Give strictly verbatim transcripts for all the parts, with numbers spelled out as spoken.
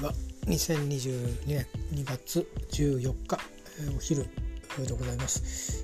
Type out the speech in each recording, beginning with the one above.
はにせんにじゅうにねんにがつじゅうよっか、えー、お昼でございます、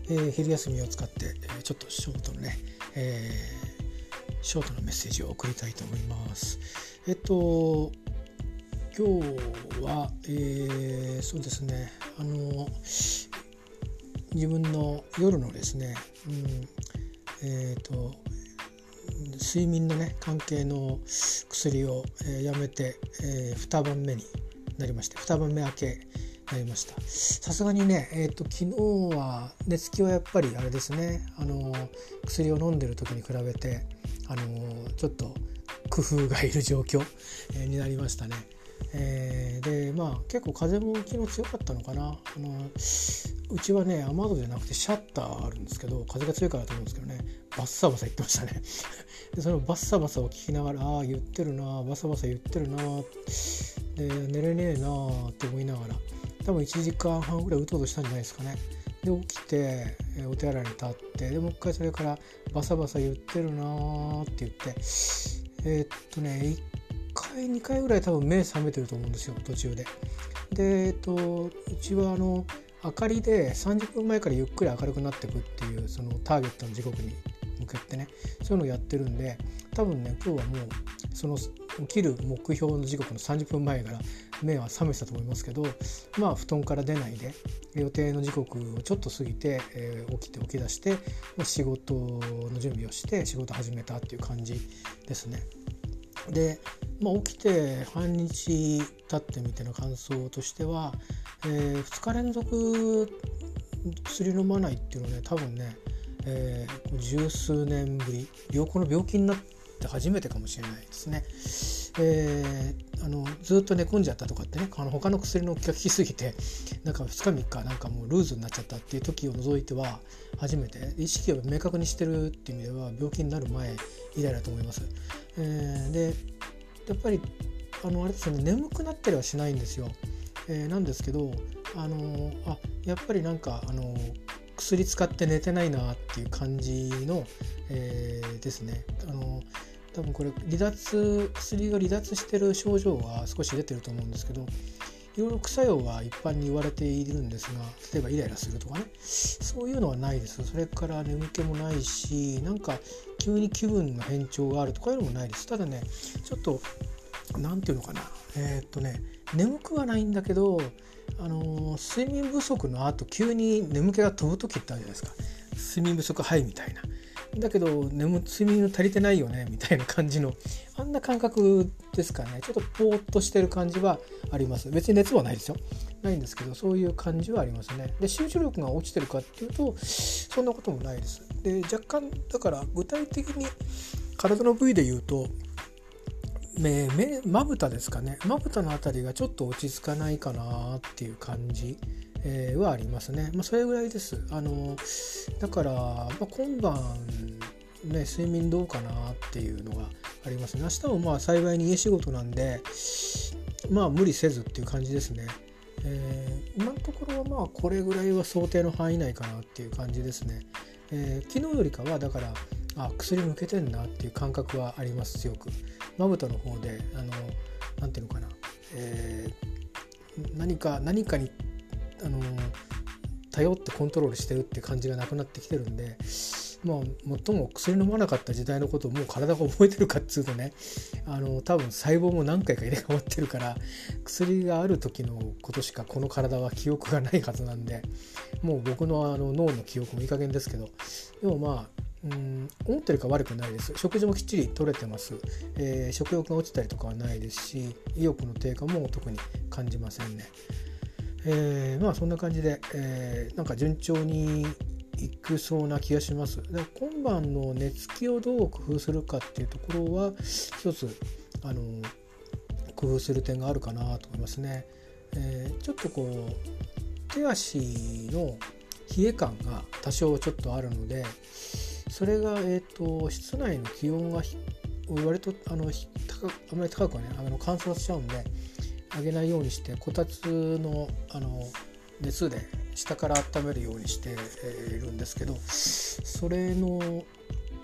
えー、昼休みを使って、えー、ちょっとショートのね、えー、ショートのメッセージを送りたいと思います。えっと今日は、えー、そうですねあの自分の夜のですね、うんえー、と睡眠のね関係の薬を、えー、やめて、えー、にばんめになりましてにばんめ明けになりました。さすがにね、えー、と昨日は寝つきはやっぱりあれですね、あの薬を飲んでる時に比べてあのちょっと工夫がいる状況、えー、になりましたね。えー、でまあ結構風も昨日強かったのかな。あのうちはね雨戸じゃなくてシャッターあるんですけど、風が強いからと思うんですけどね、バッサバサ言ってましたね。でそのバッサバサを聞きながら、ああ言ってるな、バサバサ言ってるな、で寝れねえなって思いながら、多分いちじかんはんぐらいうとうとしたんじゃないですかね。で起きてお手洗いに立って、でもう一回それからバサバサ言ってるなって言って、えー、っとねいっかいにかいぐらい多分目覚めてると思うんですよ、途中で。でえっとうちはあの明かりでさんじゅっぷんまえからゆっくり明るくなっていくっていうそのターゲットの時刻に向けてね、そういうのをやってるんで、多分ね今日はもうその起きる目標の時刻のさんじゅっぷんまえから目は覚めてたと思いますけど、まあ布団から出ないで予定の時刻をちょっと過ぎて、えー、起きて起き出して、まあ、仕事の準備をして仕事始めたっていう感じですね。で、まあ、起きて半日経ってみての感想としては、えー、ふつか連続薬飲まないっていうのはね、多分ね、えー、十数年ぶり、病この病気になって初めてかもしれないですね。えー、あのずっと寝込んじゃったとかってね、あの他の薬の効きすぎてなんかふつかみっかなんかもうルーズになっちゃったっていう時を除いては初めて、意識を明確にしてるっていう意味では病気になる前以来だと思います。えー、でやっぱりあのあれですね、眠くなったりはしないんですよ。えー、なんですけどあのあやっぱりなんかあの薬使って寝てないなっていう感じの、えー、ですね。あの多分これ離脱薬が離脱してる症状が少し出てると思うんですけど、いろいろ副作用は一般に言われているんですが、例えばイライラするとかね、そういうのはないです。それから眠気もないし、なんか急に気分の変調があるとかいうのもないです。ただね、ちょっとなんていうのかな、えー、っとね眠くはないんだけど、あのー、睡眠不足の後急に眠気が飛ぶ時ってあるじゃないですか。睡眠不足はいみたいな、だけど眠睡眠足りてないよねみたいな感じの、あんな感覚ですかね。ちょっとポーッとしてる感じはあります。別に熱はないですよ、ないんですけど、そういう感じはありますね。で集中力が落ちてるかっていうとそんなこともないです。で若干だから具体的に体の部位で言うと目目まぶたですかね、まぶたのあたりがちょっと落ち着かないかなっていう感じ、えー、はありますね。まあそれぐらいです。あのだから、まあ、今晩ね睡眠どうかなっていうのがありますね。明日もまあ幸いに家仕事なんでまあ無理せずっていう感じですね。えー、今のところはまあこれぐらいは想定の範囲内かなっていう感じですね。えー、昨日よりかはだからあ薬抜けてんなっていう感覚はあります。強くまぶたの方であのなんていうのかな、えー、何か何かにあの頼ってコントロールしてるって感じがなくなってきてるんで、まあ最も薬飲まなかった時代のことをもう体が覚えてるかっつうとね、あの多分細胞も何回か入れ替わってるから、薬がある時のことしかこの体は記憶がないはずなんで、もう僕のあの脳の記憶もいい加減ですけど、でもまあうん思ってるか悪くないです。食事もきっちり取れてます。えー、食欲が落ちたりとかはないですし、意欲の低下も特に感じませんね。えー、まあそんな感じで、えー、なんか順調にいくそうな気がします。で今晩の寝つきをどう工夫するかっていうところは一つあの工夫する点があるかなと思いますね。えー、ちょっとこう手足の冷え感が多少ちょっとあるので、それが、えー、と室内の気温が割とあの高あまり高くはねあの乾燥しちゃうんで上げないようにして、こたつの、あの熱で下から温めるようにしているんですけど、それの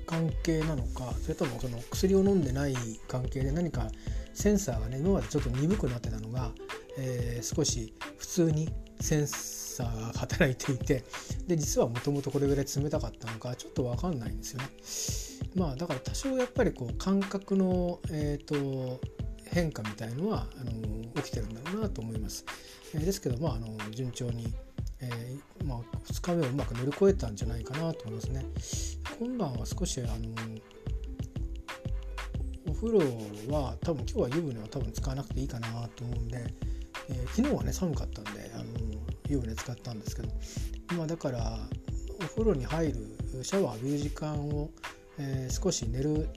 関係なのか、それともその薬を飲んでない関係で何かセンサーがね今までちょっと鈍くなってたのが、えー、少し普通にセンサーが働いていて、で実はもともとこれぐらい冷たかったのかちょっと分かんないんですよね。まあだから多少やっぱりこう感覚の、えーと変化みたいのはあの起きてるんだろうなと思います。えー、ですけど、まあ、あの順調に、えーまあ、ふつかめをうまく乗り越えたんじゃないかなと思いますね。今晩は少しあのお風呂は多分今日は湯船は多分使わなくていいかなと思うんで、えー、昨日はね寒かったんであの湯船使ったんですけど、まあ、だからお風呂に入るシャワー浴びる時間を、えー、少し寝る、うん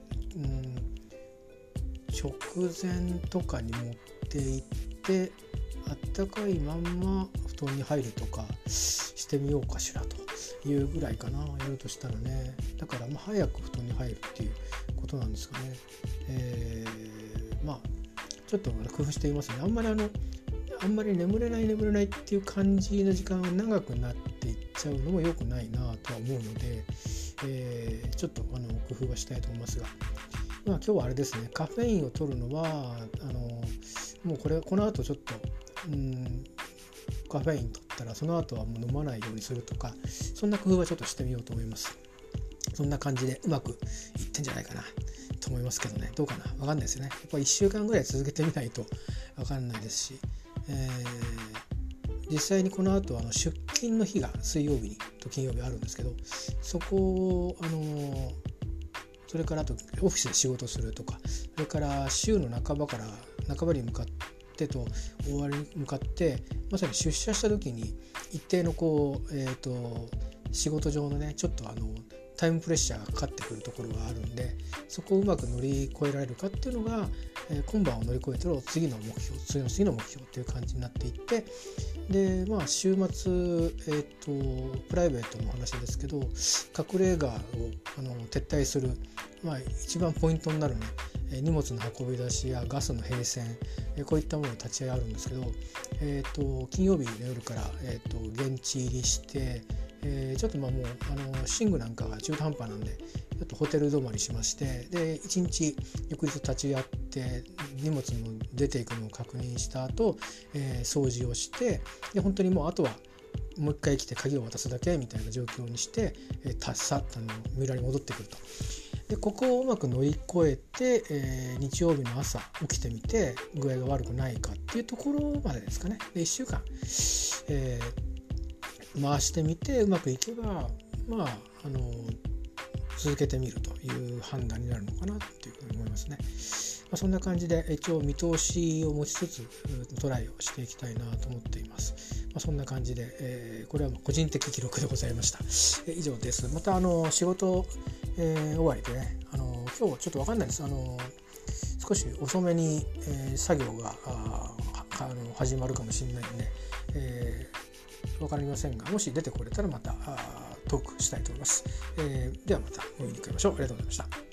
直前とかに持っていってあったかいまんま布団に入るとかしてみようかしらというぐらいかな、やるとしたらね。だからまあ早く布団に入るっていうことなんですかね。えー、まあちょっと工夫していますね。あんまりあのあんまり眠れない眠れないっていう感じの時間が長くなっていっちゃうのも良くないなとは思うので、えー、ちょっとあの工夫はしたいと思いますが、まあ、今日はあれですね、カフェインを取るのはあのもうこれこの後ちょっとうんカフェイン取ったらその後はもう飲まないようにするとか、そんな工夫はちょっとしてみようと思います。そんな感じでうまくいってんじゃないかなと思いますけどね。どうかな、分かんないですよね。やっぱりいっしゅうかんぐらい続けてみないと分かんないですし、えー、実際にこの後あの出勤の日が水曜日にと金曜日あるんですけど、そこをあのそれからあとオフィスで仕事するとか、それから週の半ばから半ばに向かってと終わりに向かってまさに出社した時に一定のこう、えーと、仕事上のねちょっとあのタイムプレッシャーがかかってくるところがあるんで、そこをうまく乗り越えられるかっていうのが、えー、今晩を乗り越えての次の目標次の次の目標っていう感じになっていって、でまあ週末、えーと、プライベートの話ですけど、隠れ家をあの撤退する、まあ、一番ポイントになるね荷物の運び出しやガスの並線、こういったものに立ち会いあるんですけど、えーと、金曜日の夜から、えーと、現地入りして、えー、ちょっとまあもうあの寝具なんかが中途半端なんでちょっとホテル泊まりしまして、でいちにち翌日立ち会って荷物の出ていくのを確認した後、えー、掃除をして、で本当にもうあとはもう一回来て鍵を渡すだけみたいな状況にして、えー、たっさっと三浦に戻ってくると。でここをうまく乗り越えて、えー、日曜日の朝起きてみて具合が悪くないかっていうところまでですかね。でいっしゅうかん、えー、回してみてうまくいけば、まああの続けてみるという判断になるのかなっていうふうに思いますね。まあ、そんな感じで一応見通しを持ちつつトライをしていきたいなと思っています。まあ、そんな感じで、えー、これは個人的記録でございました。えー、以上です。またあの仕事、えー、終わりでね、あの今日ちょっと分かんないです。あの少し遅めに、えー、作業がああの始まるかもしれないので、えー、分かりませんが、もし出てこれたらまたトークしたいと思います。えー、ではまたお会いに会いましょう。ありがとうございました。